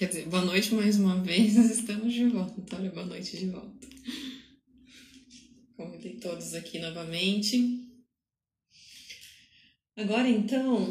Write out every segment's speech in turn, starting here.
Quer dizer, boa noite mais uma vez, estamos de volta. Olha, boa noite de volta. Convidei todos aqui novamente. Agora então,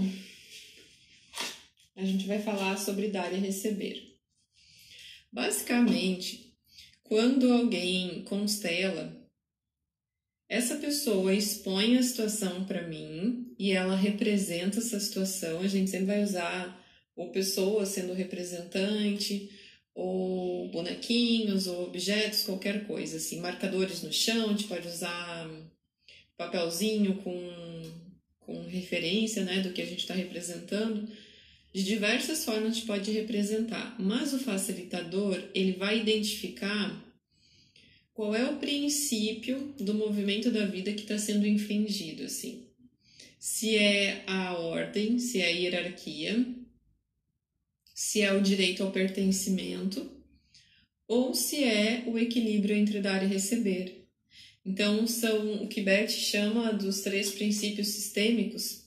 a gente vai falar sobre dar e receber. Basicamente, quando alguém constela, essa pessoa expõe a situação para mim e ela representa essa situação. A gente sempre vai usar ou pessoa sendo representante, ou bonequinhos, ou objetos, qualquer coisa, assim, marcadores no chão, a gente pode usar papelzinho com referência, né, do que a gente está representando. De diversas formas a gente pode representar, mas o facilitador, ele vai identificar qual é o princípio do movimento da vida que está sendo infringido, assim. Se é a ordem, se é a hierarquia, se é o direito ao pertencimento, ou se é o equilíbrio entre dar e receber. Então, são o que Bert chama dos 3 princípios sistêmicos.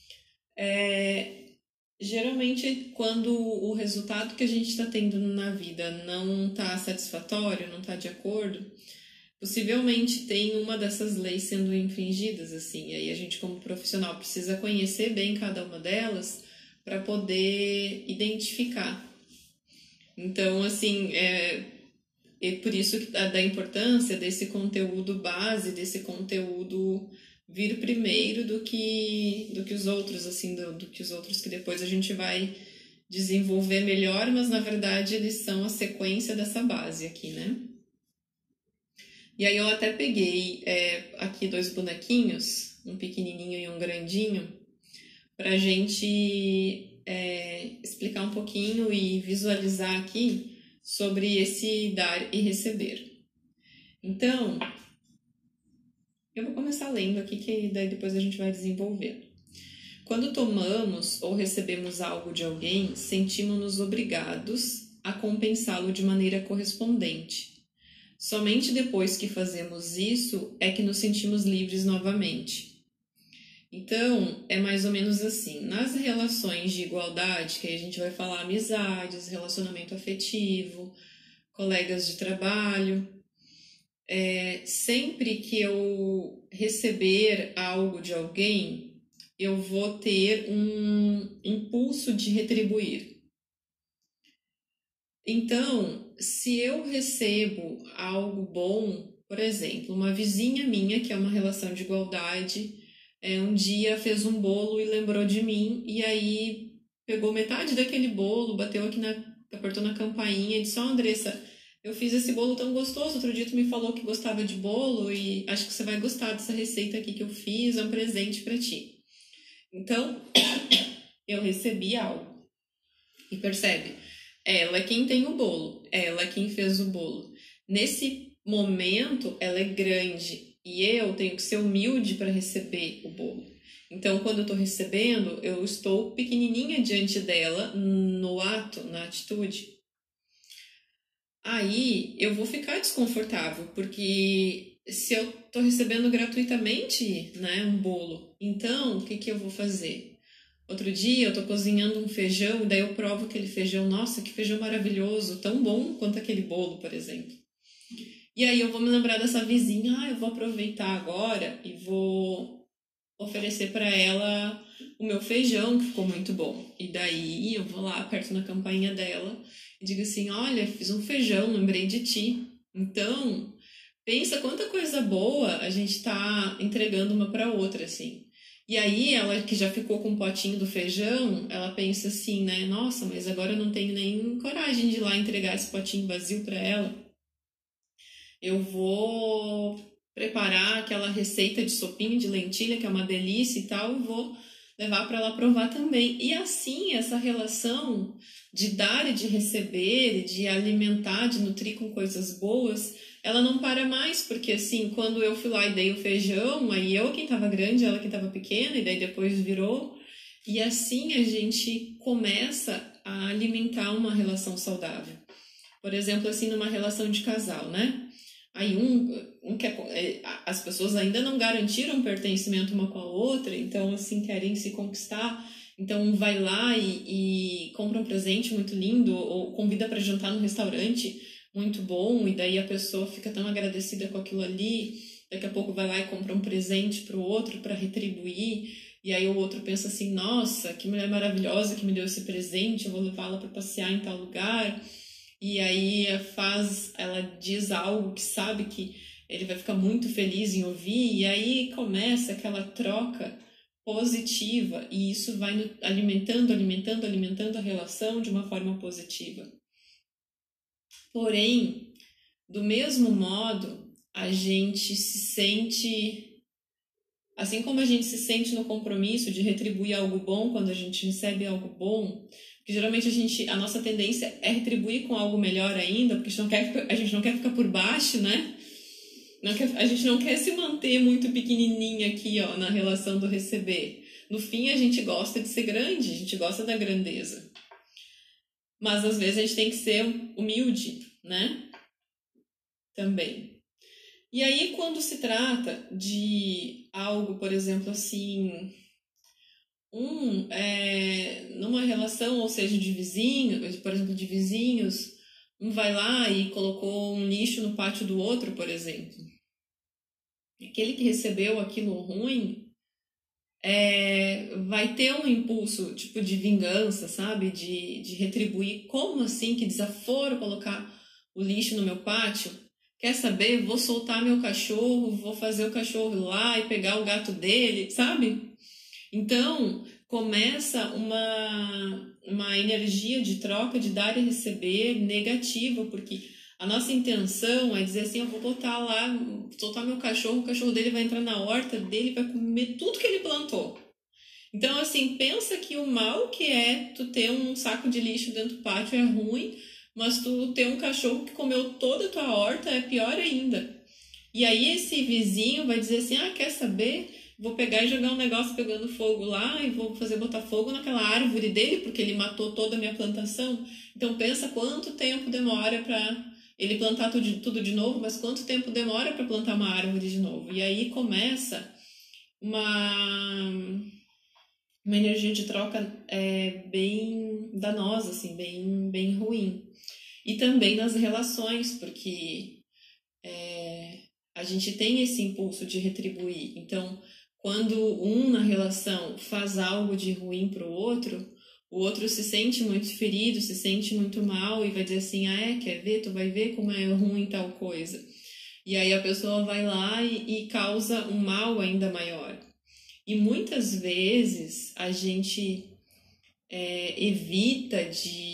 Geralmente, quando o resultado que a gente está tendo na vida não está satisfatório, não está de acordo, possivelmente tem uma dessas leis sendo infringidas, assim. E aí a gente, como profissional, precisa conhecer bem cada uma delas para poder identificar. Então, assim, é por isso que da importância desse conteúdo base, desse conteúdo vir primeiro do que os outros, assim, do que os outros que depois a gente vai desenvolver melhor, mas na verdade eles são a sequência dessa base aqui, né? E aí eu até peguei aqui 2 bonequinhos, um pequenininho e um grandinho, pra gente explicar um pouquinho e visualizar aqui sobre esse dar e receber. Então, eu vou começar lendo aqui, que daí depois a gente vai desenvolver. Quando tomamos ou recebemos algo de alguém, sentimos-nos obrigados a compensá-lo de maneira correspondente. Somente depois que fazemos isso é que nos sentimos livres novamente. Então, é mais ou menos assim. Nas relações de igualdade, que aí a gente vai falar amizades, relacionamento afetivo, colegas de trabalho, sempre que eu receber algo de alguém, eu vou ter um impulso de retribuir. Então, se eu recebo algo bom, por exemplo, uma vizinha minha, que é uma relação de igualdade, um dia fez um bolo e lembrou de mim, e aí pegou metade daquele bolo, bateu aqui apertou na campainha e disse: "Ó, Andressa, eu fiz esse bolo tão gostoso, outro dia tu me falou que gostava de bolo e acho que você vai gostar dessa receita aqui que eu fiz, é um presente para ti." Então, eu recebi algo. E percebe? Ela é quem tem o bolo, ela é quem fez o bolo. Nesse momento, ela é grande e eu tenho que ser humilde para receber o bolo. Então, quando eu estou recebendo, eu estou pequenininha diante dela no ato, na atitude. Aí eu vou ficar desconfortável, porque se eu estou recebendo gratuitamente, né, um bolo, então o que eu vou fazer? Outro dia eu tô cozinhando um feijão e daí eu provo aquele feijão. Nossa, que feijão maravilhoso, tão bom quanto aquele bolo, por exemplo. E aí eu vou me lembrar dessa vizinha. Eu vou aproveitar agora e vou oferecer para ela o meu feijão, que ficou muito bom. E daí eu vou lá, aperto na campainha dela e digo assim: "Olha, fiz um feijão, lembrei de ti." Então, pensa quanta coisa boa a gente tá entregando uma para outra, assim. E aí, ela que já ficou com o potinho do feijão, ela pensa assim, né? Nossa, mas agora eu não tenho nem coragem de ir lá entregar esse potinho vazio para ela. Eu vou preparar aquela receita de sopinha de lentilha, que é uma delícia e tal, e vou levar para ela provar também. E assim, essa relação de dar e de receber, de alimentar, de nutrir com coisas boas, ela não para mais, porque assim, quando eu fui lá e dei o feijão, aí eu quem estava grande, ela quem estava pequena, e daí depois virou. E assim a gente começa a alimentar uma relação saudável. Por exemplo, assim, numa relação de casal, né? Aí as pessoas ainda não garantiram pertencimento uma com a outra, então assim querem se conquistar Então vai lá e compra um presente muito lindo ou convida para jantar num restaurante muito bom e daí a pessoa fica tão agradecida com aquilo ali, daqui a pouco vai lá e compra um presente para o outro para retribuir e aí o outro pensa assim, nossa, que mulher maravilhosa que me deu esse presente, eu vou levá-la para passear em tal lugar. E aí ela diz algo que sabe que ele vai ficar muito feliz em ouvir, e aí começa aquela troca positiva, e isso vai alimentando a relação de uma forma positiva. Porém, do mesmo modo, a gente se sente, assim como a gente se sente no compromisso de retribuir algo bom quando a gente recebe algo bom, porque geralmente a nossa tendência é retribuir com algo melhor ainda, porque a gente não quer ficar por baixo, né? A gente não quer se manter muito pequenininha aqui, ó, na relação do receber. No fim, a gente gosta de ser grande, a gente gosta da grandeza. Mas às vezes a gente tem que ser humilde, né? Também. E aí, quando se trata de algo, por exemplo, assim, numa relação, ou seja, de vizinhos, por exemplo, de vizinhos, um vai lá e colocou um lixo no pátio do outro, por exemplo. Aquele que recebeu aquilo ruim vai ter um impulso, tipo, de vingança, sabe? De retribuir. Como assim? Que desaforo colocar o lixo no meu pátio? Quer saber? Vou soltar meu cachorro, vou fazer o cachorro ir lá e pegar o gato dele, sabe? Então, começa uma energia de troca, de dar e receber negativa, porque a nossa intenção é dizer assim, eu vou botar lá, soltar meu cachorro, o cachorro dele vai entrar na horta dele e vai comer tudo que ele plantou. Então, assim, pensa que o mal que é tu ter um saco de lixo dentro do pátio é ruim, mas tu ter um cachorro que comeu toda a tua horta é pior ainda. E aí esse vizinho vai dizer assim, quer saber? Vou pegar e jogar um negócio pegando fogo lá e vou fazer botar fogo naquela árvore dele, porque ele matou toda a minha plantação. Então pensa quanto tempo demora para ele plantar tudo de novo, mas quanto tempo demora para plantar uma árvore de novo. E aí começa uma energia de troca bem danosa, assim, bem ruim. E também nas relações, porque a gente tem esse impulso de retribuir. Então, quando um na relação faz algo de ruim para o outro se sente muito ferido, se sente muito mal e vai dizer assim, quer ver? Tu vai ver como é ruim tal coisa. E aí a pessoa vai lá e causa um mal ainda maior. E muitas vezes a gente evita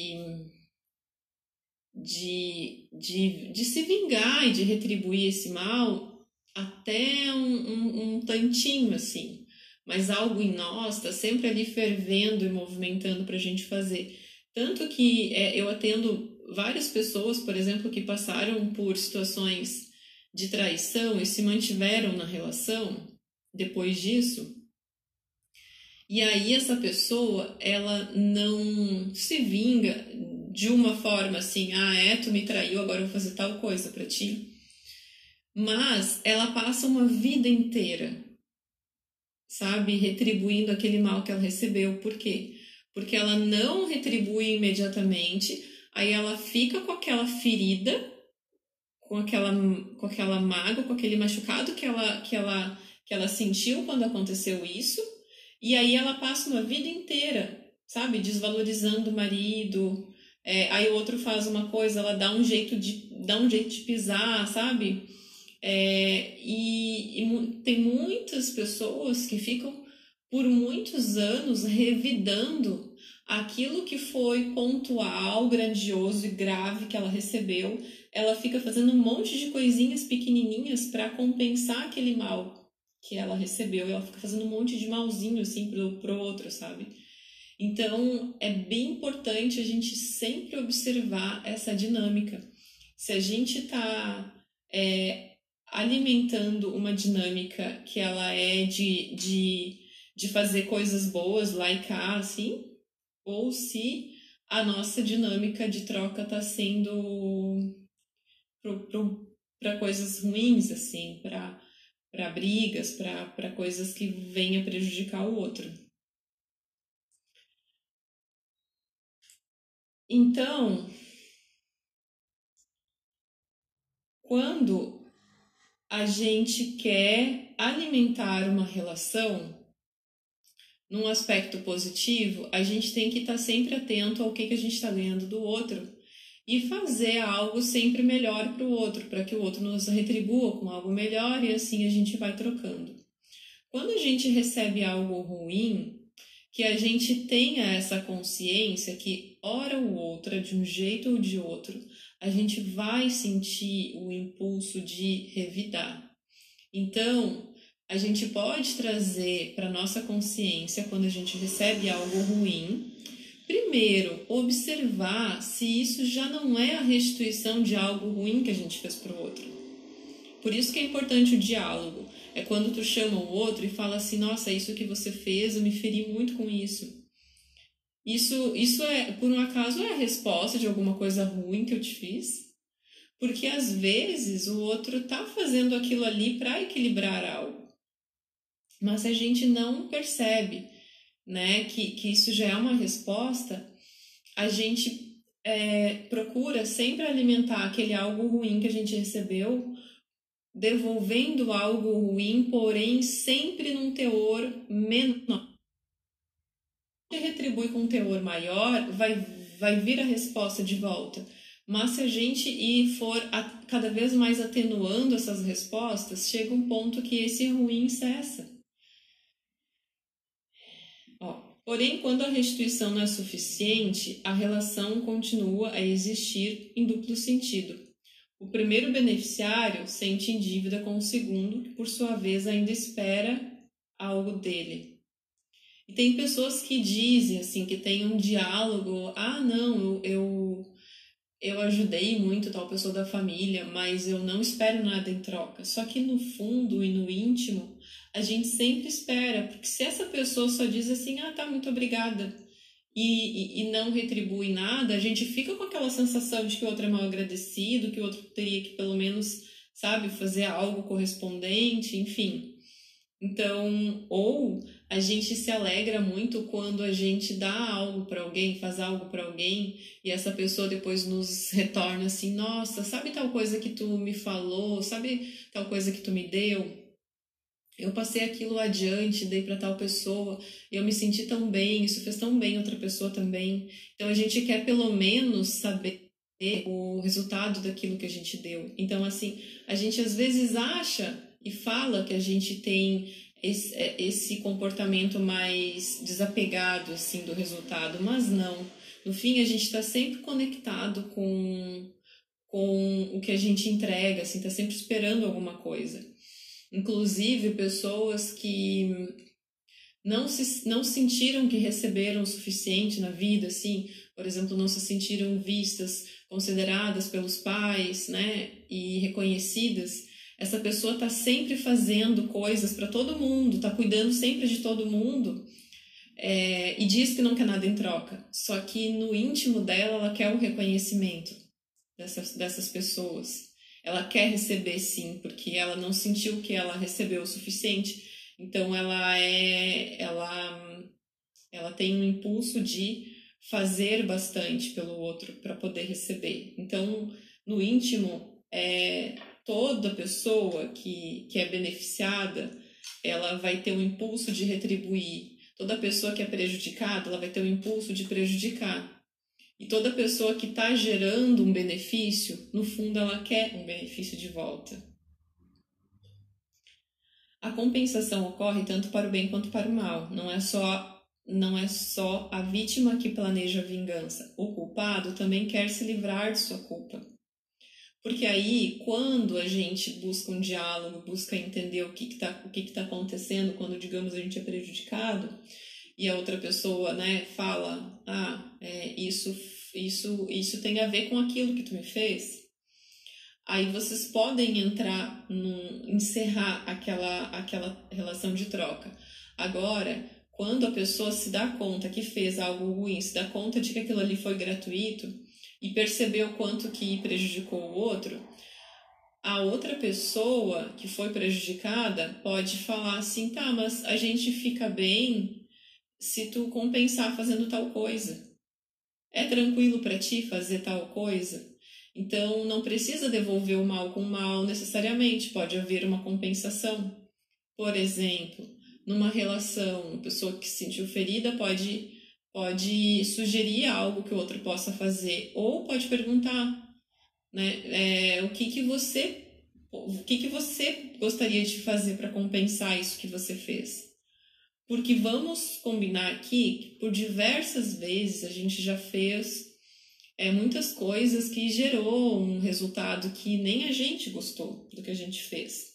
de se vingar e de retribuir esse mal até um tantinho, assim. Mas algo em nós está sempre ali fervendo e movimentando para a gente fazer. Tanto que eu atendo várias pessoas, por exemplo, que passaram por situações de traição e se mantiveram na relação depois disso. E aí essa pessoa, ela não se vinga de uma forma assim, tu me traiu, agora eu vou fazer tal coisa pra ti. Mas ela passa uma vida inteira, sabe, retribuindo aquele mal que ela recebeu. Por quê? Porque ela não retribui imediatamente, aí ela fica com aquela ferida, com aquela mágoa, com aquele machucado que ela sentiu quando aconteceu isso. E aí ela passa uma vida inteira, sabe, desvalorizando o marido. Aí o outro faz uma coisa, ela dá um jeito de pisar, sabe? E tem muitas pessoas que ficam por muitos anos revidando aquilo que foi pontual, grandioso e grave que ela recebeu. Ela fica fazendo um monte de coisinhas pequenininhas para compensar aquele mal que ela recebeu, e ela fica fazendo um monte de malzinho assim pro outro, sabe? Então é bem importante a gente sempre observar essa dinâmica. Se a gente está alimentando uma dinâmica que ela é de fazer coisas boas lá e cá, assim, ou se a nossa dinâmica de troca está sendo para coisas ruins, assim, para brigas, para coisas que venham prejudicar o outro. Então, quando a gente quer alimentar uma relação num aspecto positivo, a gente tem que estar sempre atento ao que a gente está ganhando do outro e fazer algo sempre melhor para o outro, para que o outro nos retribua com algo melhor e assim a gente vai trocando. Quando a gente recebe algo ruim, que a gente tenha essa consciência que, ora ou outra, de um jeito ou de outro, a gente vai sentir o impulso de revidar. Então, a gente pode trazer para nossa consciência, quando a gente recebe algo ruim, primeiro, observar se isso já não é a restituição de algo ruim que a gente fez para o outro. Por isso que é importante o diálogo. É quando tu chama o outro e fala assim, nossa, isso que você fez, eu me feri muito com isso. Isso é, por um acaso, é a resposta de alguma coisa ruim que eu te fiz? Porque às vezes o outro tá fazendo aquilo ali para equilibrar algo. Mas a gente não percebe, né, que isso já é uma resposta, a gente procura sempre alimentar aquele algo ruim que a gente recebeu, devolvendo algo ruim, porém sempre num teor menor. Se retribui com um teor maior, vai vir a resposta de volta. Mas se a gente for cada vez mais atenuando essas respostas, chega um ponto que esse ruim cessa. Ó, porém, quando a restituição não é suficiente, a relação continua a existir em duplo sentido. O primeiro beneficiário sente em dívida com o segundo, que por sua vez ainda espera algo dele. E tem pessoas que dizem assim, que tem um diálogo, não, eu ajudei muito tal pessoa da família, mas eu não espero nada em troca. Só que no fundo e no íntimo, a gente sempre espera, porque se essa pessoa só diz assim, tá, muito obrigada, e não retribui nada, a gente fica com aquela sensação de que o outro é mal agradecido, que o outro teria que pelo menos, sabe, fazer algo correspondente, enfim. Então, ou a gente se alegra muito quando a gente dá algo para alguém, faz algo para alguém, e essa pessoa depois nos retorna assim: nossa, sabe tal coisa que tu me falou, sabe tal coisa que tu me deu? Eu passei aquilo adiante, dei para tal pessoa, e eu me senti tão bem, isso fez tão bem outra pessoa também. Então a gente quer pelo menos saber o resultado daquilo que a gente deu. Então, assim, a gente às vezes acha e fala que a gente tem esse comportamento mais desapegado assim do resultado, mas não. No fim, a gente está sempre conectado com o que a gente entrega, assim, está sempre esperando alguma coisa. Inclusive, pessoas que não sentiram que receberam o suficiente na vida, assim, por exemplo, não se sentiram vistas, consideradas pelos pais, né, e reconhecidas. Essa pessoa está sempre fazendo coisas para todo mundo, está cuidando sempre de todo mundo, e diz que não quer nada em troca. Só que no íntimo dela, ela quer o reconhecimento dessas pessoas. Ela quer receber sim, porque ela não sentiu que ela recebeu o suficiente. Então ela tem um impulso de fazer bastante pelo outro para poder receber. Então, no íntimo, toda pessoa que é beneficiada, ela vai ter um impulso de retribuir. Toda pessoa que é prejudicada, ela vai ter um impulso de prejudicar. E toda pessoa que está gerando um benefício, no fundo, ela quer um benefício de volta. A compensação ocorre tanto para o bem quanto para o mal. Não é só a vítima que planeja a vingança. O culpado também quer se livrar de sua culpa. Porque aí, quando a gente busca um diálogo, busca entender o que tá acontecendo, quando, digamos, a gente é prejudicado, e a outra pessoa, né, fala, isso tem a ver com aquilo que tu me fez, aí vocês podem encerrar aquela relação de troca. Agora, quando a pessoa se dá conta que fez algo ruim, se dá conta de que aquilo ali foi gratuito e percebeu quanto que prejudicou o outro, a outra pessoa que foi prejudicada pode falar assim, tá, mas a gente fica bem se tu compensar fazendo tal coisa. É tranquilo para ti fazer tal coisa? Então, não precisa devolver o mal com o mal necessariamente, pode haver uma compensação. Por exemplo, numa relação, uma pessoa que se sentiu ferida pode sugerir algo que o outro possa fazer, ou pode perguntar, né, o que você gostaria de fazer para compensar isso que você fez. Porque vamos combinar aqui que por diversas vezes a gente já fez muitas coisas que gerou um resultado que nem a gente gostou do que a gente fez.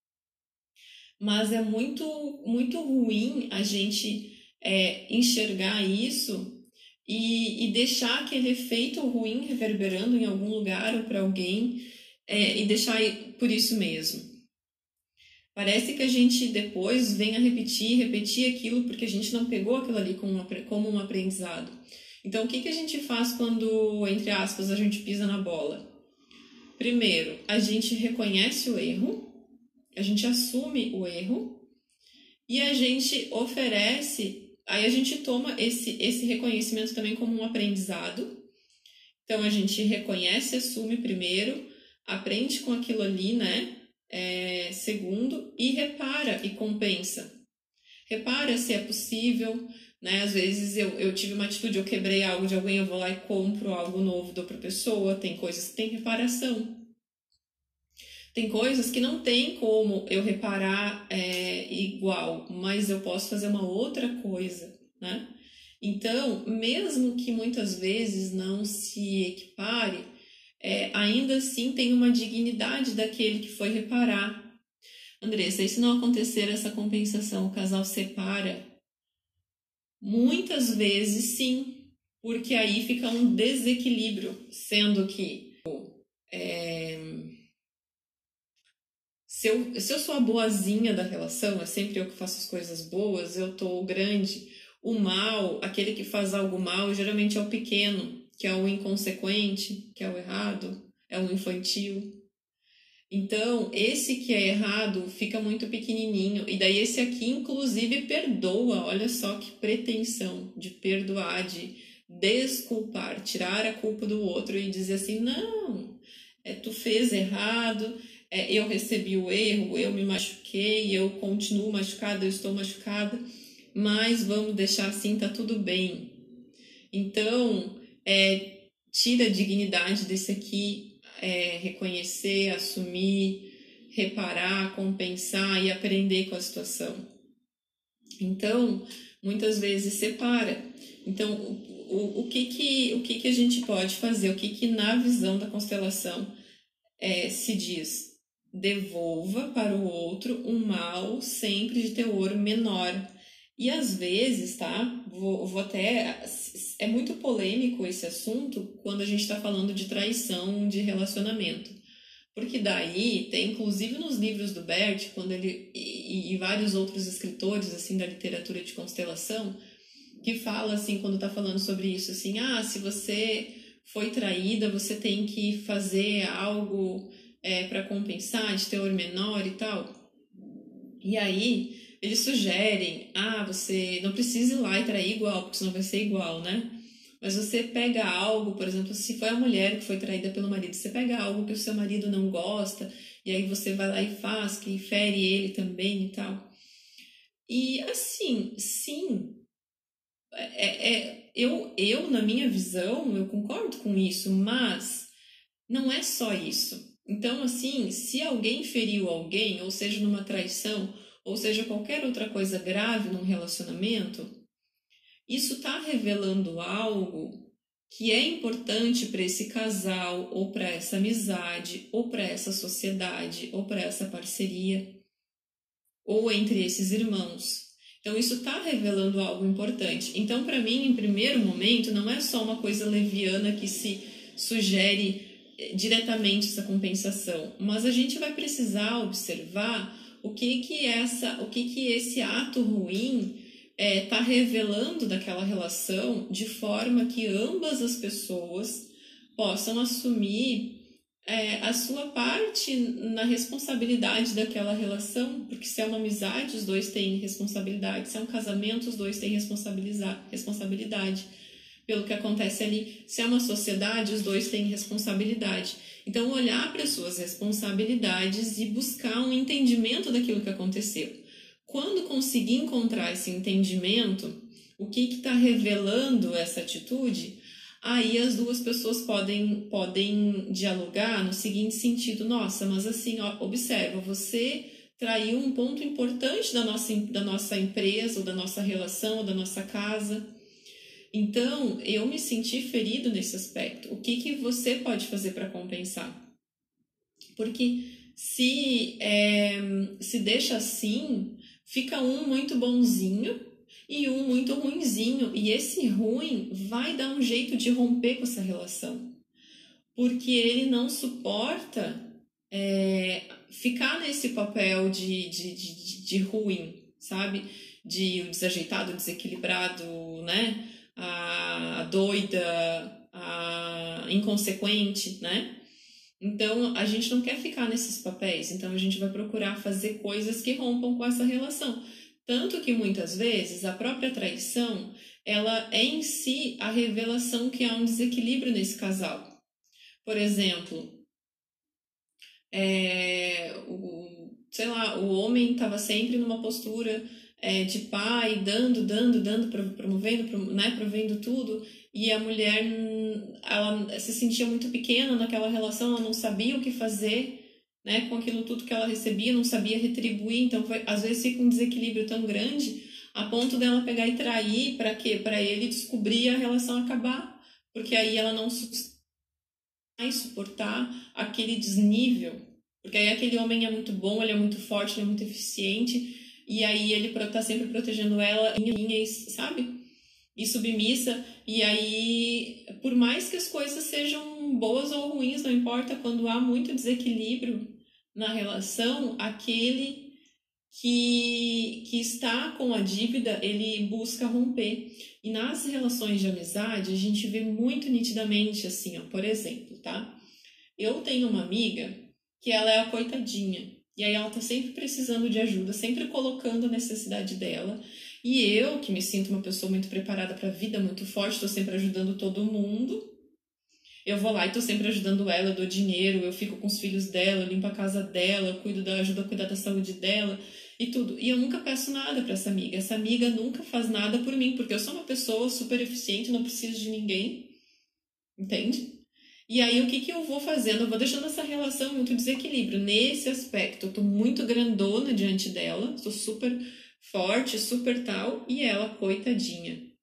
Mas é muito, muito ruim a gente enxergar isso e deixar aquele efeito ruim reverberando em algum lugar ou para alguém e deixar por isso mesmo. Parece que a gente depois vem a repetir aquilo porque a gente não pegou aquilo ali como um aprendizado. Então, o que a gente faz quando, entre aspas, a gente pisa na bola? Primeiro, a gente reconhece o erro, a gente assume o erro e a gente oferece, aí a gente toma esse reconhecimento também como um aprendizado. Então, a gente reconhece, assume primeiro, aprende com aquilo ali, né? Segundo, e repara e compensa. Repara se é possível, né? Às vezes eu tive uma atitude, eu quebrei algo de alguém, eu vou lá e compro algo novo, dou para a pessoa. Tem coisas que tem reparação. Tem coisas que não tem como eu reparar igual, mas eu posso fazer uma outra coisa, né? Então, mesmo que muitas vezes não se equipare, ainda assim tem uma dignidade daquele que foi reparar. Andressa, e se não acontecer essa compensação, o casal separa? Muitas vezes sim, porque aí fica um desequilíbrio, sendo que se eu sou a boazinha da relação, é sempre eu que faço as coisas boas, eu tô grande. O mal, aquele que faz algo mal, geralmente é o pequeno, que é o inconsequente, que é o errado, é o infantil. Então, esse que é errado fica muito pequenininho. E daí esse aqui, inclusive, perdoa. Olha só que pretensão de perdoar, de desculpar, tirar a culpa do outro e dizer assim, não, tu fez errado, eu recebi o erro, eu me machuquei, eu continuo machucada, eu estou machucada, mas vamos deixar assim, tá tudo bem. Então, tira a dignidade desse aqui, reconhecer, assumir, reparar, compensar e aprender com a situação. Então, muitas vezes separa. Então, o que a gente pode fazer? O que na visão da constelação se diz? Devolva para o outro um mal sempre de teor menor. E às vezes, tá? Vou até... É muito polêmico esse assunto quando a gente está falando de traição de relacionamento. Porque daí, tem inclusive nos livros do Bert, quando ele e vários outros escritores assim da literatura de constelação, que fala assim, quando está falando sobre isso, assim, se você foi traída, você tem que fazer algo para compensar, de teor menor e tal. E aí, eles sugerem, você não precisa ir lá e trair igual, porque senão vai ser igual, né? Mas você pega algo, por exemplo, se foi a mulher que foi traída pelo marido, você pega algo que o seu marido não gosta, e aí você vai lá e faz, que fere ele também e tal. E assim, sim, eu na minha visão, eu concordo com isso, mas não é só isso. Então, assim, se alguém feriu alguém, ou seja, numa traição, ou seja, qualquer outra coisa grave num relacionamento, isso está revelando algo que é importante para esse casal, ou para essa amizade, ou para essa sociedade, ou para essa parceria, ou entre esses irmãos. Então, isso está revelando algo importante. Então, para mim, em primeiro momento, não é só uma coisa leviana que se sugere diretamente essa compensação, mas a gente vai precisar observar o que esse ato ruim está revelando daquela relação, de forma que ambas as pessoas possam assumir a sua parte na responsabilidade daquela relação, porque se é uma amizade, os dois têm responsabilidade, se é um casamento, os dois têm responsabilidade pelo que acontece ali. Se é uma sociedade, os dois têm responsabilidade. Então, olhar para as suas responsabilidades e buscar um entendimento daquilo que aconteceu. Quando conseguir encontrar esse entendimento, o que está revelando essa atitude, aí as duas pessoas podem dialogar no seguinte sentido: nossa, mas assim, ó, observa, você traiu um ponto importante da nossa empresa, ou da nossa relação, ou da nossa casa. Então, eu me senti ferido nesse aspecto. O que você pode fazer para compensar? Porque se deixa assim, fica um muito bonzinho e um muito ruinzinho. E esse ruim vai dar um jeito de romper com essa relação. Porque ele não suporta ficar nesse papel de ruim, sabe? De desajeitado, desequilibrado, né? A doida, a inconsequente, né? Então, a gente não quer ficar nesses papéis, então a gente vai procurar fazer coisas que rompam com essa relação. Tanto que, muitas vezes, a própria traição, ela é em si a revelação que há um desequilíbrio nesse casal. Por exemplo, o homem estava sempre numa postura de pai, dando, promovendo, né, provendo tudo, e a mulher, ela se sentia muito pequena naquela relação, ela não sabia o que fazer, né, com aquilo tudo que ela recebia, não sabia retribuir, então às vezes fica um desequilíbrio tão grande a ponto dela pegar e trair para quê? Para ele descobrir a relação acabar, porque aí ela não mais suportar aquele desnível, porque aí aquele homem é muito bom, ele é muito forte, ele é muito eficiente, e aí ele tá sempre protegendo ela, sabe? E submissa, e aí, por mais que as coisas sejam boas ou ruins, não importa, quando há muito desequilíbrio na relação, aquele que está com a dívida, ele busca romper. E nas relações de amizade, a gente vê muito nitidamente assim, ó, por exemplo, tá? Eu tenho uma amiga que ela é a coitadinha, e aí ela tá sempre precisando de ajuda, sempre colocando a necessidade dela. E eu, que me sinto uma pessoa muito preparada para a vida, muito forte, tô sempre ajudando todo mundo. Eu vou lá e tô sempre ajudando ela, eu dou dinheiro, eu fico com os filhos dela, eu limpo a casa dela, eu ajudo a cuidar da saúde dela e tudo. E eu nunca peço nada para essa amiga. Essa amiga nunca faz nada por mim, porque eu sou uma pessoa super eficiente, não preciso de ninguém. Entende? E aí o que eu vou fazendo? Eu vou deixando essa relação muito desequilíbrio. Nesse aspecto, eu tô muito grandona diante dela, tô super forte, super tal, e ela, coitadinha.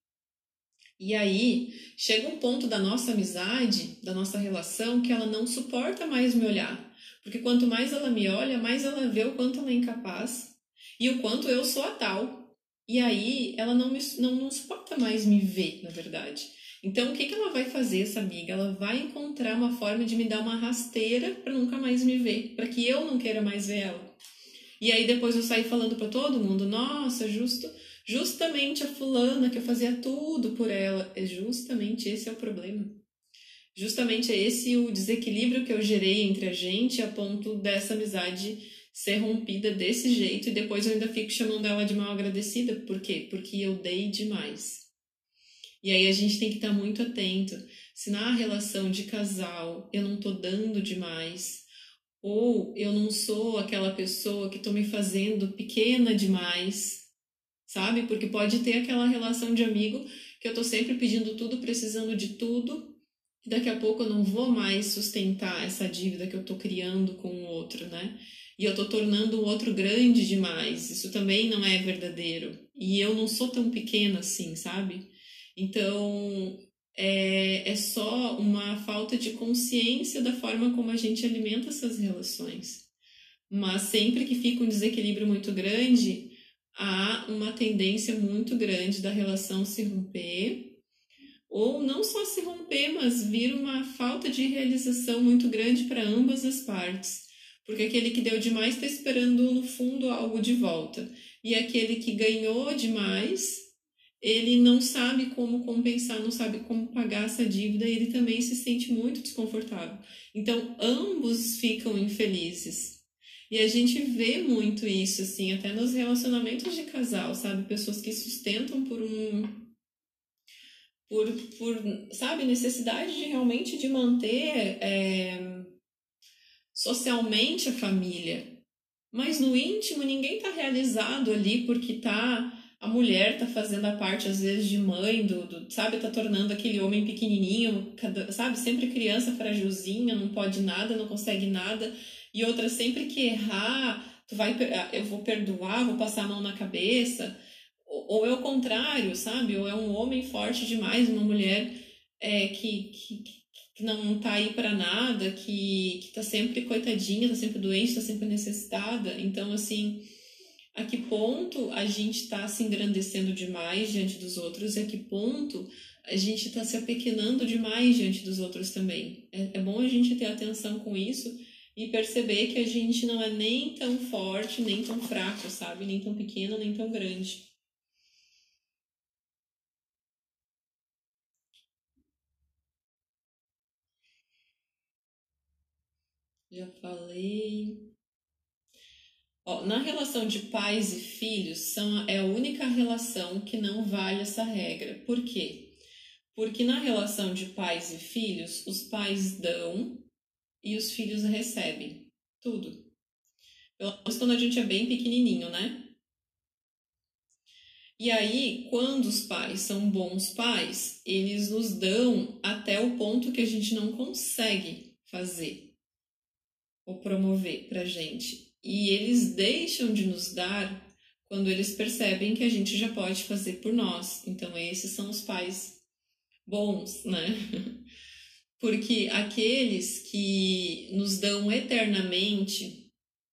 E aí, chega um ponto da nossa amizade, da nossa relação, que ela não suporta mais me olhar. Porque quanto mais ela me olha, mais ela vê o quanto ela é incapaz e o quanto eu sou a tal. E aí, ela não suporta mais me ver, na verdade. Então, o que ela vai fazer, essa amiga? Ela vai encontrar uma forma de me dar uma rasteira para nunca mais me ver, para que eu não queira mais ver ela. E aí, depois eu saio falando para todo mundo, nossa, justamente a fulana que eu fazia tudo por ela. Justamente esse é o problema. Justamente é esse o desequilíbrio que eu gerei entre a gente a ponto dessa amizade ser rompida desse jeito, e depois eu ainda fico chamando ela de mal agradecida. Por quê? Porque eu dei demais. E aí a gente tem que estar muito atento. Se na relação de casal eu não tô dando demais, ou eu não sou aquela pessoa que tô me fazendo pequena demais, sabe? Porque pode ter aquela relação de amigo que eu tô sempre pedindo tudo, precisando de tudo, e daqui a pouco eu não vou mais sustentar essa dívida que eu tô criando com o outro, né? E eu tô tornando o outro grande demais. Isso também não é verdadeiro. E eu não sou tão pequena assim, sabe? Então, é só uma falta de consciência da forma como a gente alimenta essas relações. Mas sempre que fica um desequilíbrio muito grande, há uma tendência muito grande da relação se romper, ou não só se romper, mas vir uma falta de realização muito grande para ambas as partes. Porque aquele que deu demais está esperando, no fundo, algo de volta. E aquele que ganhou demais, ele não sabe como compensar, não sabe como pagar essa dívida, e ele também se sente muito desconfortável. Então, ambos ficam infelizes. E a gente vê muito isso, assim, até nos relacionamentos de casal, sabe? Pessoas que sustentam sabe, necessidade de realmente de manter socialmente a família. Mas no íntimo ninguém está realizado ali porque a mulher está fazendo a parte às vezes de mãe, sabe, está tornando aquele homem pequenininho, sabe, sempre criança fragilzinha, não pode nada, não consegue nada, e outra sempre que errar, eu vou perdoar, vou passar a mão na cabeça, ou é o contrário, sabe, ou é um homem forte demais, uma mulher que não tá aí para nada, que tá sempre coitadinha, tá sempre doente, tá sempre necessitada. Então, assim, a que ponto a gente está se engrandecendo demais diante dos outros e a que ponto a gente está se apequenando demais diante dos outros também. É bom a gente ter atenção com isso e perceber que a gente não é nem tão forte, nem tão fraco, sabe? Nem tão pequeno, nem tão grande. Já falei. Ó, na relação de pais e filhos, é a única relação que não vale essa regra. Por quê? Porque na relação de pais e filhos, os pais dão e os filhos recebem. Tudo. Pelo menos quando a gente é bem pequenininho, né? E aí, quando os pais são bons pais, eles nos dão até o ponto que a gente não consegue fazer ou promover pra gente. E eles deixam de nos dar quando eles percebem que a gente já pode fazer por nós. Então, esses são os pais bons, né? Porque aqueles que nos dão eternamente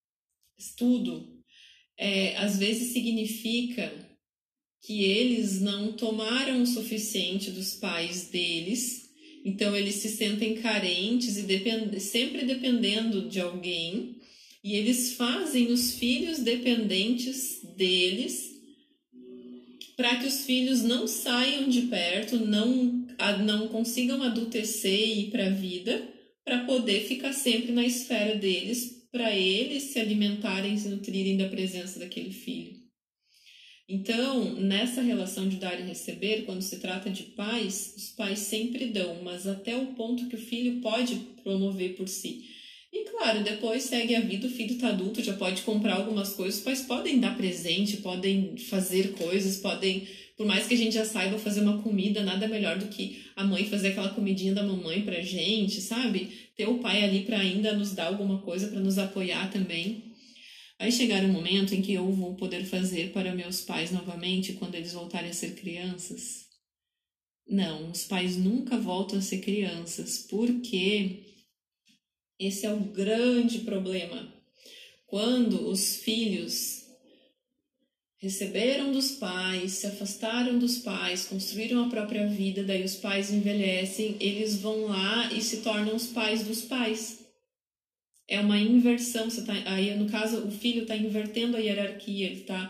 tudo, às vezes significa que eles não tomaram o suficiente dos pais deles, então eles se sentem carentes e sempre dependendo de alguém, e eles fazem os filhos dependentes deles para que os filhos não saiam de perto, não consigam adultecer e ir para a vida, para poder ficar sempre na esfera deles, para eles se alimentarem, se nutrirem da presença daquele filho. Então, nessa relação de dar e receber, quando se trata de pais, os pais sempre dão, mas até o ponto que o filho pode promover por si. E claro, depois segue a vida, o filho está adulto, já pode comprar algumas coisas, os pais podem dar presente, podem fazer coisas, podem, por mais que a gente já saiba fazer uma comida, nada melhor do que a mãe fazer aquela comidinha da mamãe pra gente, sabe? Ter o pai ali para ainda nos dar alguma coisa, para nos apoiar também. Vai chegar um momento em que eu vou poder fazer para meus pais novamente quando eles voltarem a ser crianças? Não, os pais nunca voltam a ser crianças, porque esse é o grande problema. Quando os filhos receberam dos pais, se afastaram dos pais, construíram a própria vida, daí os pais envelhecem, eles vão lá e se tornam os pais dos pais. É uma inversão, aí no caso o filho está invertendo a hierarquia, ele está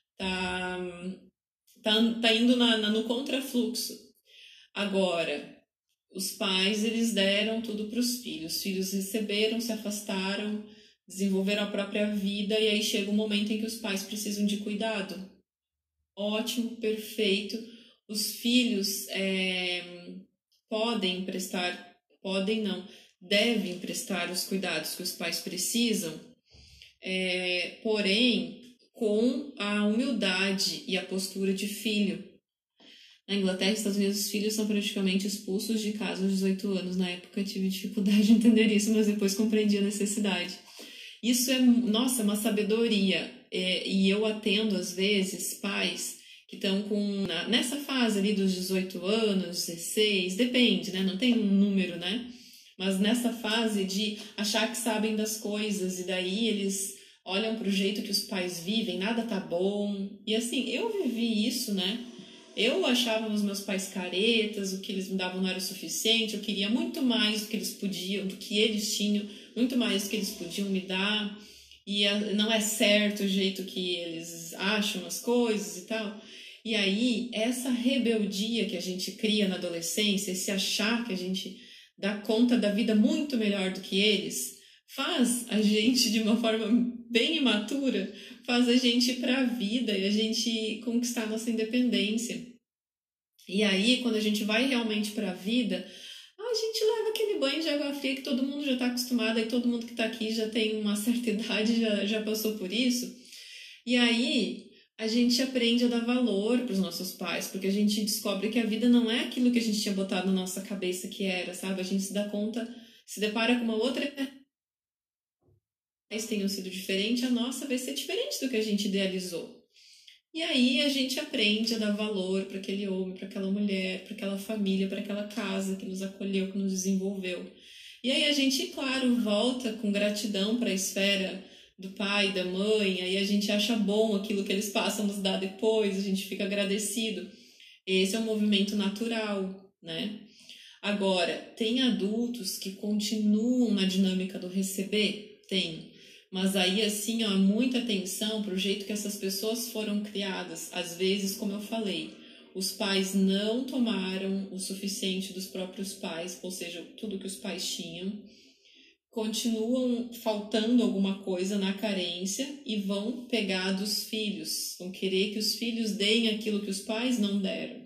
indo no contrafluxo. Agora, os pais eles deram tudo para os filhos receberam, se afastaram, desenvolveram a própria vida e aí chega um momento em que os pais precisam de cuidado. Ótimo, perfeito. Os filhos devem prestar os cuidados que os pais precisam, porém com a humildade e a postura de filho. Na Inglaterra e Estados Unidos, os filhos são praticamente expulsos de casa aos 18 anos. Na época eu tive dificuldade de entender isso, mas depois compreendi a necessidade. Isso é uma sabedoria. E eu atendo, às vezes, pais que estão nessa fase ali dos 18 anos, 16, depende, né? Não tem um número, né? Mas nessa fase de achar que sabem das coisas e daí eles olham para o jeito que os pais vivem, nada tá bom. E assim, eu vivi isso, né? Eu achava os meus pais caretas, o que eles me davam não era o suficiente, eu queria muito mais do que eles podiam, do que eles tinham, muito mais do que eles podiam me dar. E não é certo o jeito que eles acham as coisas e tal. E aí, essa rebeldia que a gente cria na adolescência, esse achar que a gente dá conta da vida muito melhor do que eles, faz a gente, de uma forma bem imatura, faz a gente ir para a vida e a gente conquistar a nossa independência. E aí, quando a gente vai realmente para a vida, a gente leva aquele banho de água fria que todo mundo já está acostumado, e todo mundo que está aqui já tem uma certa idade, já passou por isso. E aí a gente aprende a dar valor para os nossos pais, porque a gente descobre que a vida não é aquilo que a gente tinha botado na nossa cabeça que era, sabe? A gente se dá conta, se depara com uma outra, mas tenham sido diferente, a nossa vai ser diferente do que a gente idealizou. E aí a gente aprende a dar valor para aquele homem, para aquela mulher, para aquela família, para aquela casa que nos acolheu, que nos desenvolveu. E aí a gente, claro, volta com gratidão para a esfera do pai, da mãe, aí a gente acha bom aquilo que eles passam a nos dar depois, a gente fica agradecido. Esse é um movimento natural, né? Agora, tem adultos que continuam na dinâmica do receber? Tem. Mas aí, assim, ó, muita atenção para o jeito que essas pessoas foram criadas. Às vezes, como eu falei, os pais não tomaram o suficiente dos próprios pais, ou seja, tudo que os pais tinham. Continuam faltando alguma coisa na carência e vão pegar dos filhos, vão querer que os filhos deem aquilo que os pais não deram.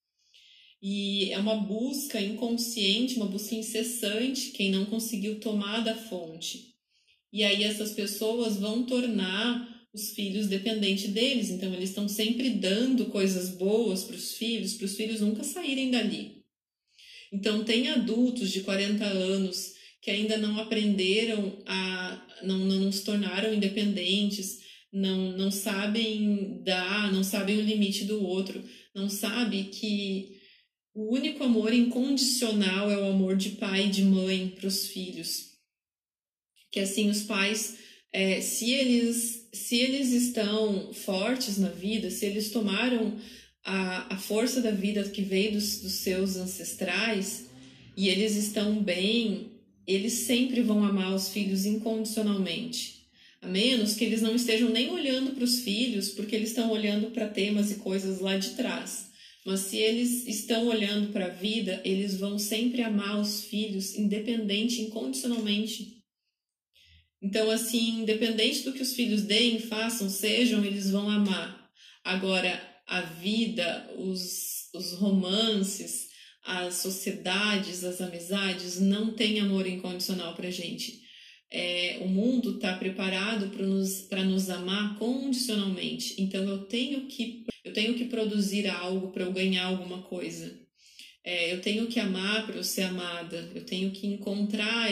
E é uma busca inconsciente, uma busca incessante, quem não conseguiu tomar da fonte. E aí essas pessoas vão tornar os filhos dependentes deles, então eles estão sempre dando coisas boas para os filhos nunca saírem dali. Então tem adultos de 40 anos que ainda não aprenderam não se tornaram independentes, não sabem dar, não sabem o limite do outro, não sabem que o único amor incondicional é o amor de pai e de mãe para os filhos. Que assim, os pais, se eles estão fortes na vida, se eles tomaram a força da vida que veio dos seus ancestrais e eles estão bem, eles sempre vão amar os filhos incondicionalmente. A menos que eles não estejam nem olhando para os filhos, porque eles estão olhando para temas e coisas lá de trás. Mas se eles estão olhando para a vida, eles vão sempre amar os filhos independente, incondicionalmente. Então, assim, independente do que os filhos deem, façam, sejam, eles vão amar. Agora, a vida, os romances, as sociedades, as amizades, não têm amor incondicional pra gente. O mundo está preparado para nos amar condicionalmente. Então, eu tenho que produzir algo para eu ganhar alguma coisa. Eu tenho que amar para eu ser amada. Eu tenho que encontrar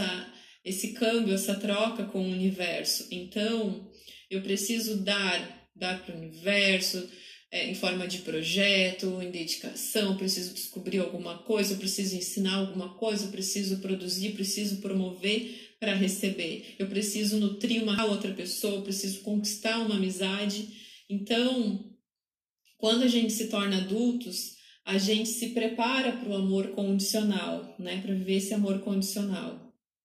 esse câmbio, essa troca com o universo. Então, eu preciso dar para o universo em forma de projeto, em dedicação, eu preciso descobrir alguma coisa, eu preciso ensinar alguma coisa, eu preciso produzir, preciso promover para receber. Eu preciso nutrir uma outra pessoa, eu preciso conquistar uma amizade. Então, quando a gente se torna adultos, a gente se prepara para o amor condicional, né? Para viver esse amor condicional.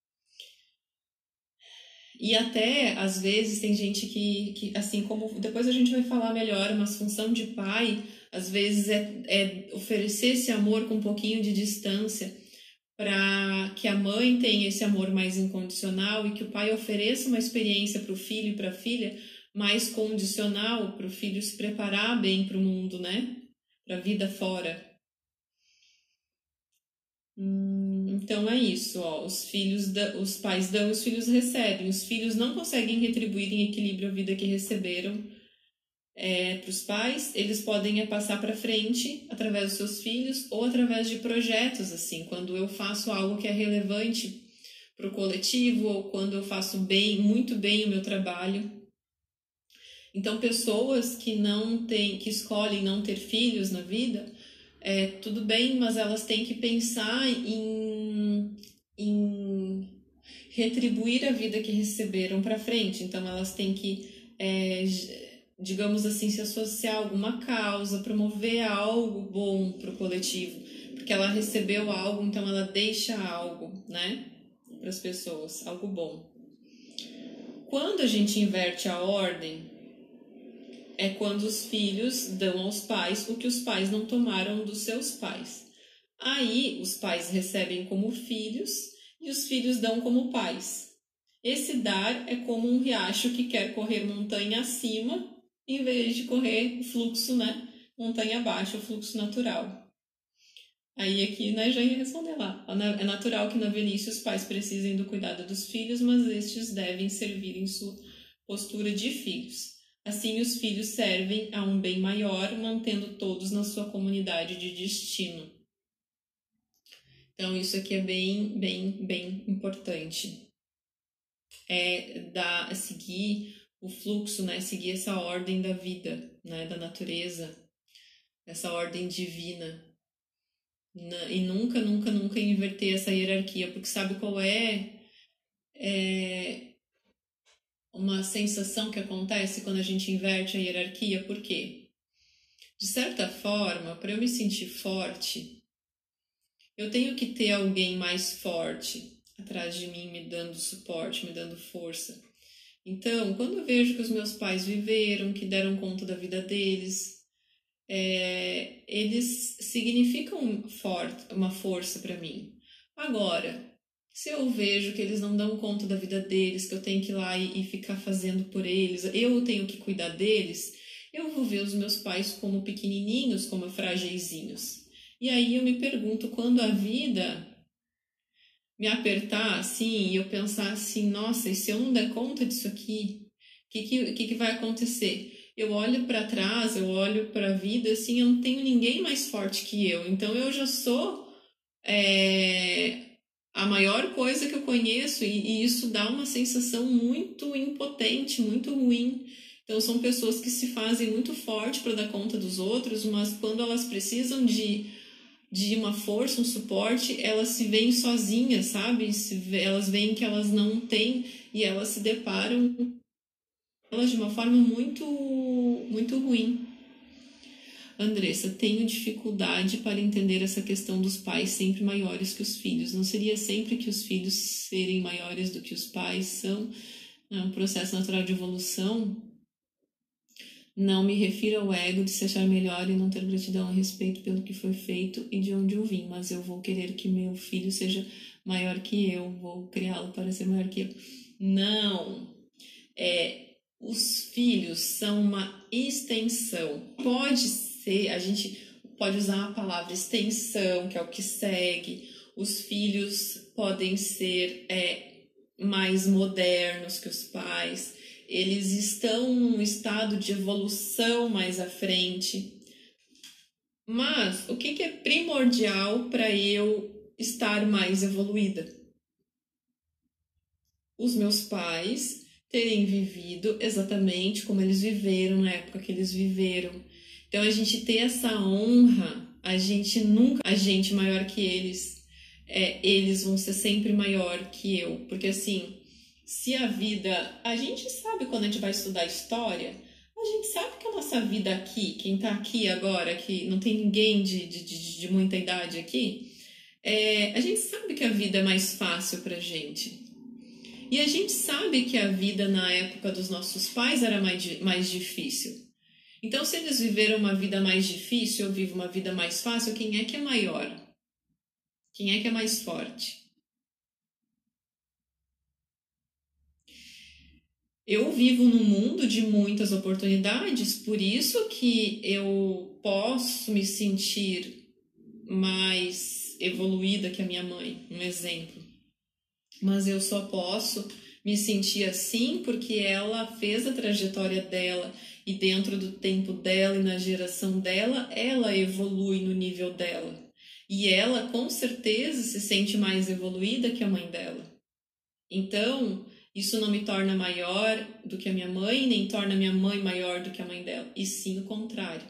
E até, às vezes, tem gente que, assim como depois a gente vai falar melhor, mas função de pai, às vezes, é oferecer esse amor com um pouquinho de distância para que a mãe tenha esse amor mais incondicional e que o pai ofereça uma experiência para o filho e para a filha mais condicional, para o filho se preparar bem para o mundo, né? Para a vida fora. Então é isso, ó, os pais dão, os filhos recebem, os filhos não conseguem retribuir em equilíbrio a vida que receberam para os pais, eles podem passar para frente através dos seus filhos ou através de projetos, assim, quando eu faço algo que é relevante para o coletivo ou quando eu faço muito bem o meu trabalho. Então pessoas que que escolhem não ter filhos na vida, tudo bem, mas elas têm que pensar em retribuir a vida que receberam para frente. Então elas têm que, digamos assim, se associar a alguma causa, promover algo bom para o coletivo, porque ela recebeu algo, então ela deixa algo, né, para as pessoas, algo bom. Quando a gente inverte a ordem, é quando os filhos dão aos pais o que os pais não tomaram dos seus pais. Aí os pais recebem como filhos e os filhos dão como pais. Esse dar é como um riacho que quer correr montanha acima em vez de correr o fluxo, né, montanha abaixo o fluxo natural. Aí aqui, né, já ia responder lá. É natural que na velhice os pais precisem do cuidado dos filhos, mas estes devem servir em sua postura de filhos. Assim, os filhos servem a um bem maior, mantendo todos na sua comunidade de destino. Então, isso aqui é bem importante. Seguir o fluxo, né? Seguir essa ordem da vida, né? Da natureza, essa ordem divina. E nunca inverter essa hierarquia, porque sabe qual é uma sensação que acontece quando a gente inverte a hierarquia? Por quê? De certa forma, para eu me sentir forte, eu tenho que ter alguém mais forte atrás de mim, me dando suporte, me dando força. Então, quando eu vejo que os meus pais viveram, que deram conta da vida deles, eles significam uma força para mim. Agora, se eu vejo que eles não dão conta da vida deles, que eu tenho que ir lá e ficar fazendo por eles, eu tenho que cuidar deles, eu vou ver os meus pais como pequenininhos, como frageizinhos. E aí eu me pergunto, quando a vida me apertar assim e eu pensar assim, nossa, e se eu não der conta disso aqui, o que vai acontecer? Eu olho para trás, eu olho para a vida, assim, eu não tenho ninguém mais forte que eu. Então eu já sou a maior coisa que eu conheço e isso dá uma sensação muito impotente, muito ruim. Então são pessoas que se fazem muito forte para dar conta dos outros, mas quando elas precisam de uma força, um suporte, elas se veem sozinhas, sabe? Elas veem que elas não têm e elas se deparam elas de uma forma muito ruim. Andressa, tenho dificuldade para entender essa questão dos pais sempre maiores que os filhos. Não seria sempre que os filhos serem maiores do que os pais são? É um processo natural de evolução? Não me refiro ao ego de se achar melhor e não ter gratidão a respeito pelo que foi feito e de onde eu vim, mas eu vou querer que meu filho seja maior que eu, vou criá-lo para ser maior que eu. Não. Os filhos são uma extensão. Pode ser, a gente pode usar a palavra extensão, que é o que segue. Os filhos podem ser mais modernos que os pais. Eles estão num estado de evolução mais à frente. Mas o que é primordial para eu estar mais evoluída? Os meus pais terem vivido exatamente como eles viveram na época que eles viveram. Então a gente ter essa honra, a gente maior que eles, eles vão ser sempre maior que eu, porque assim, se a vida, a gente sabe quando a gente vai estudar história, a gente sabe que a nossa vida aqui, quem tá aqui agora, que não tem ninguém de muita idade aqui, a gente sabe que a vida é mais fácil pra gente. E a gente sabe que a vida na época dos nossos pais era mais difícil. Então, se eles viveram uma vida mais difícil, eu vivo uma vida mais fácil, quem é que é maior? Quem é que é mais forte? Eu vivo num mundo de muitas oportunidades, por isso que eu posso me sentir mais evoluída que a minha mãe, um exemplo. Mas eu só posso me sentir assim porque ela fez a trajetória dela e dentro do tempo dela e na geração dela, ela evolui no nível dela. E ela, com certeza, se sente mais evoluída que a mãe dela. Então, isso não me torna maior do que a minha mãe, nem torna minha mãe maior do que a mãe dela, e sim o contrário.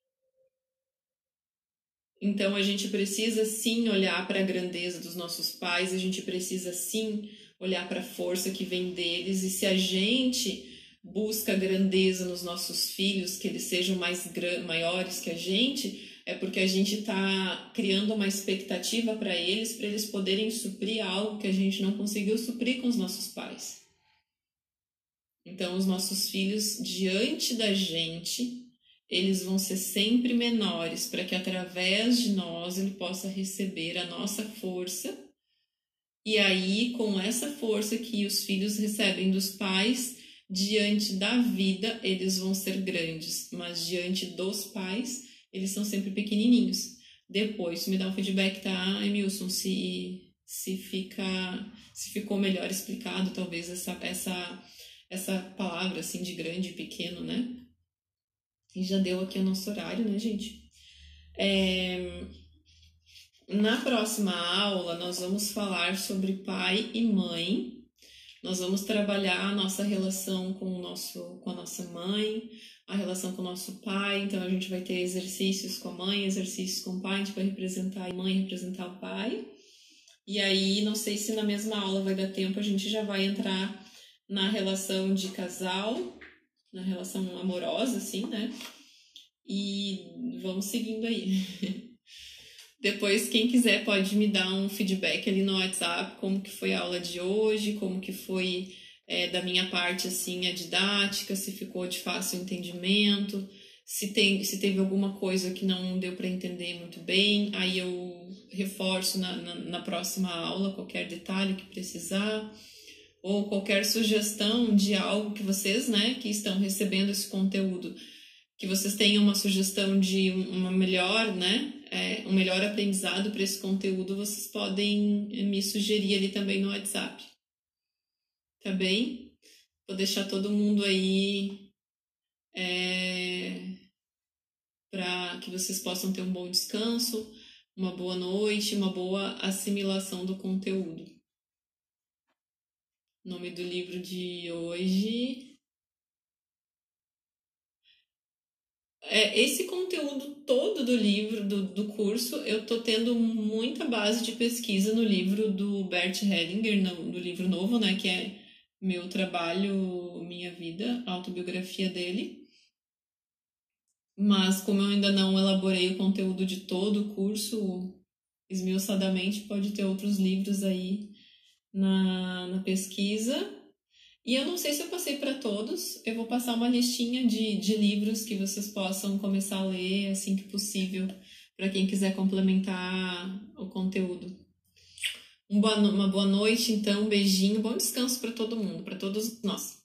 Então, a gente precisa sim olhar para a grandeza dos nossos pais, a gente precisa sim olhar para a força que vem deles, e se a gente busca grandeza nos nossos filhos, que eles sejam maiores que a gente, é porque a gente está criando uma expectativa para eles poderem suprir algo que a gente não conseguiu suprir com os nossos pais. Então, os nossos filhos, diante da gente, eles vão ser sempre menores, para que através de nós ele possa receber a nossa força. E aí, com essa força que os filhos recebem dos pais, diante da vida, eles vão ser grandes, mas diante dos pais, eles são sempre pequenininhos. Depois, tu me dá um feedback, tá, Emilson, se ficou melhor explicado, talvez, essa palavra, assim, de grande e pequeno, né? E já deu aqui o nosso horário, né, gente? Na próxima aula, nós vamos falar sobre pai e mãe. Nós vamos trabalhar a nossa relação com a nossa mãe, a relação com o nosso pai. Então, a gente vai ter exercícios com a mãe, exercícios com o pai. A gente vai representar a mãe, representar o pai. E aí, não sei se na mesma aula vai dar tempo, a gente já vai entrar na relação de casal, na relação amorosa, assim, né? E vamos seguindo aí. Depois, quem quiser pode me dar um feedback ali no WhatsApp, como que foi a aula de hoje, como que foi da minha parte, assim, a didática, se ficou de fácil entendimento, se teve alguma coisa que não deu para entender muito bem, aí eu reforço na próxima aula qualquer detalhe que precisar, ou qualquer sugestão de algo que vocês, né, que estão recebendo esse conteúdo, que vocês tenham uma sugestão de uma melhor, né, um melhor aprendizado para esse conteúdo, vocês podem me sugerir ali também no WhatsApp. Tá bem? Vou deixar todo mundo aí para que vocês possam ter um bom descanso, uma boa noite, uma boa assimilação do conteúdo. O nome do livro de hoje... Esse conteúdo todo do livro, do curso, eu tô tendo muita base de pesquisa no livro do Bert Hellinger, no livro novo, né, que é Meu Trabalho, Minha Vida, a autobiografia dele. Mas como eu ainda não elaborei o conteúdo de todo o curso esmiuçadamente, pode ter outros livros aí na pesquisa. E eu não sei se eu passei para todos, eu vou passar uma listinha de livros que vocês possam começar a ler assim que possível, para quem quiser complementar o conteúdo. Uma boa noite, então, um beijinho, bom descanso para todo mundo, para todos nós.